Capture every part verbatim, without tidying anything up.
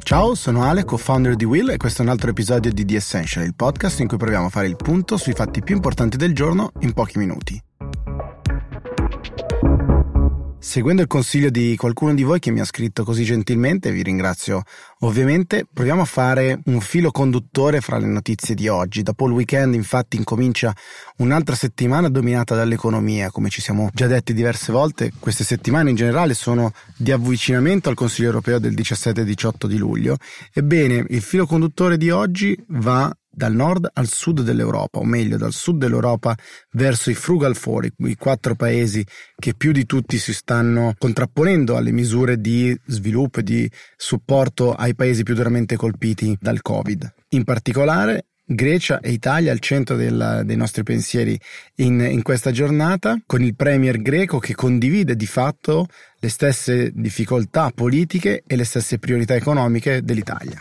Ciao, sono Ale, co-founder di Will, e questo è un altro episodio di The Essential, il podcast in cui proviamo a fare il punto sui fatti più importanti del giorno in pochi minuti. Seguendo il consiglio di qualcuno di voi che mi ha scritto così gentilmente, vi ringrazio ovviamente, proviamo a fare un filo conduttore fra le notizie di oggi. Dopo il weekend infatti incomincia un'altra settimana dominata dall'economia, come ci siamo già detti diverse volte. Queste settimane in generale sono di avvicinamento al Consiglio europeo del diciassette e diciotto di luglio. Ebbene, il filo conduttore di oggi va dal nord al sud dell'Europa, o meglio dal sud dell'Europa verso i Frugal Four, i quattro paesi che più di tutti si stanno contrapponendo alle misure di sviluppo e di supporto ai paesi più duramente colpiti dal Covid. In particolare Grecia e Italia al centro del, dei nostri pensieri in, in questa giornata, con il premier greco che condivide di fatto le stesse difficoltà politiche e le stesse priorità economiche dell'Italia.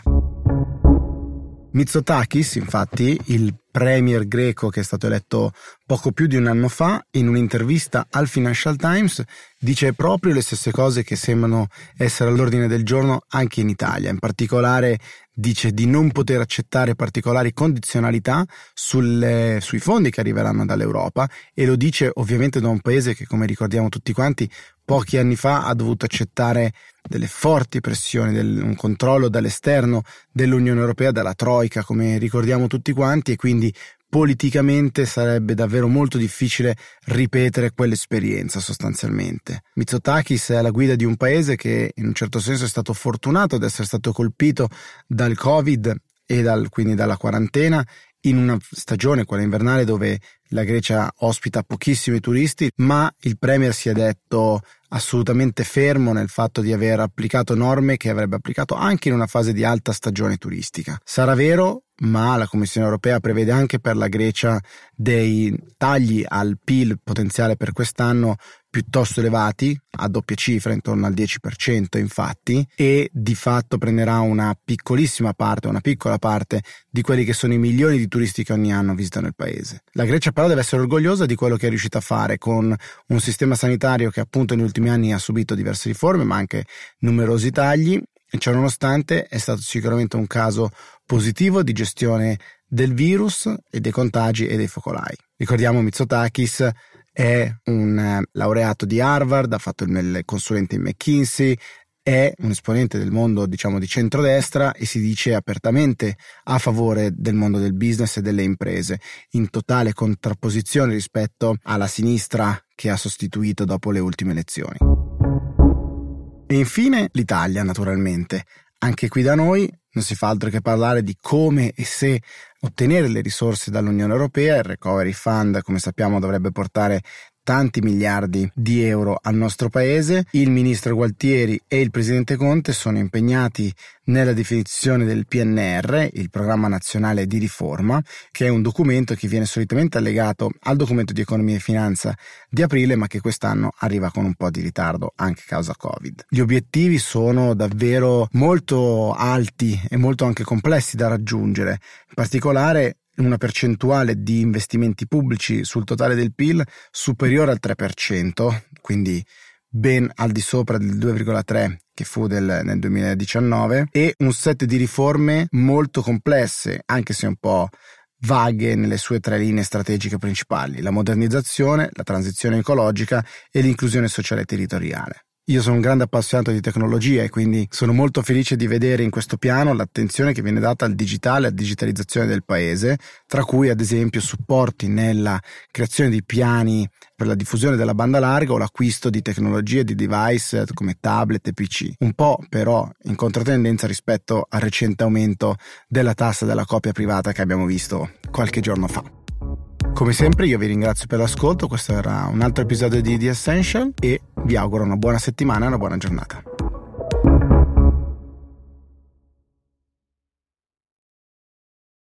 Mitsotakis, infatti, il premier greco che è stato eletto poco più di un anno fa, in un'intervista al Financial Times dice proprio le stesse cose che sembrano essere all'ordine del giorno anche in Italia. In particolare dice di non poter accettare particolari condizionalità sulle, sui fondi che arriveranno dall'Europa, e lo dice ovviamente da un paese che, come ricordiamo tutti quanti, pochi anni fa ha dovuto accettare delle forti pressioni, del, un controllo dall'esterno dell'Unione Europea, dalla Troika, come ricordiamo tutti quanti, e quindi politicamente sarebbe davvero molto difficile ripetere quell'esperienza sostanzialmente. Mitsotakis è alla guida di un paese che in un certo senso è stato fortunato ad essere stato colpito dal Covid e dal, quindi dalla quarantena, in una stagione, quella invernale, dove la Grecia ospita pochissimi turisti, ma il premier si è detto assolutamente fermo nel fatto di aver applicato norme che avrebbe applicato anche in una fase di alta stagione turistica. Sarà vero, ma la Commissione europea prevede anche per la Grecia dei tagli al P I L potenziale per quest'anno piuttosto elevati, a doppia cifra, intorno al dieci per cento infatti, e di fatto prenderà una piccolissima parte, una piccola parte di quelli che sono i milioni di turisti che ogni anno visitano il paese. La Grecia però deve essere orgogliosa di quello che è riuscita a fare, con un sistema sanitario che appunto negli ultimi anni ha subito diverse riforme, ma anche numerosi tagli, e ciò nonostante è stato sicuramente un caso positivo di gestione del virus e dei contagi e dei focolai. Ricordiamo, Mitsotakis è un laureato di Harvard, ha fatto il consulente in McKinsey, è un esponente del mondo, diciamo, di centrodestra, e si dice apertamente a favore del mondo del business e delle imprese, in totale contrapposizione rispetto alla sinistra che ha sostituito dopo le ultime elezioni. E infine l'Italia, naturalmente. Anche qui da noi non si fa altro che parlare di come e se ottenere le risorse dall'Unione Europea. Il Recovery Fund, come sappiamo, dovrebbe portare tanti miliardi di euro al nostro paese. Il ministro Gualtieri e il presidente Conte sono impegnati nella definizione del P N R, il programma nazionale di riforma, che è un documento che viene solitamente allegato al documento di economia e finanza di aprile, ma che quest'anno arriva con un po' di ritardo anche causa Covid. Gli obiettivi sono davvero molto alti e molto anche complessi da raggiungere, in particolare una percentuale di investimenti pubblici sul totale del P I L superiore al tre per cento, quindi ben al di sopra del due virgola tre che fu del, nel duemiladiciannove, e un set di riforme molto complesse, anche se un po' vaghe nelle sue tre linee strategiche principali: la modernizzazione, la transizione ecologica e l'inclusione sociale e territoriale. Io sono un grande appassionato di tecnologia e quindi sono molto felice di vedere in questo piano l'attenzione che viene data al digitale, alla digitalizzazione del paese, tra cui ad esempio supporti nella creazione di piani per la diffusione della banda larga o l'acquisto di tecnologie, di device come tablet e P C. Un po' però in controtendenza rispetto al recente aumento della tassa della copia privata che abbiamo visto qualche giorno fa. Come sempre io vi ringrazio per l'ascolto, questo era un altro episodio di The Essential e vi auguro una buona settimana e una buona giornata.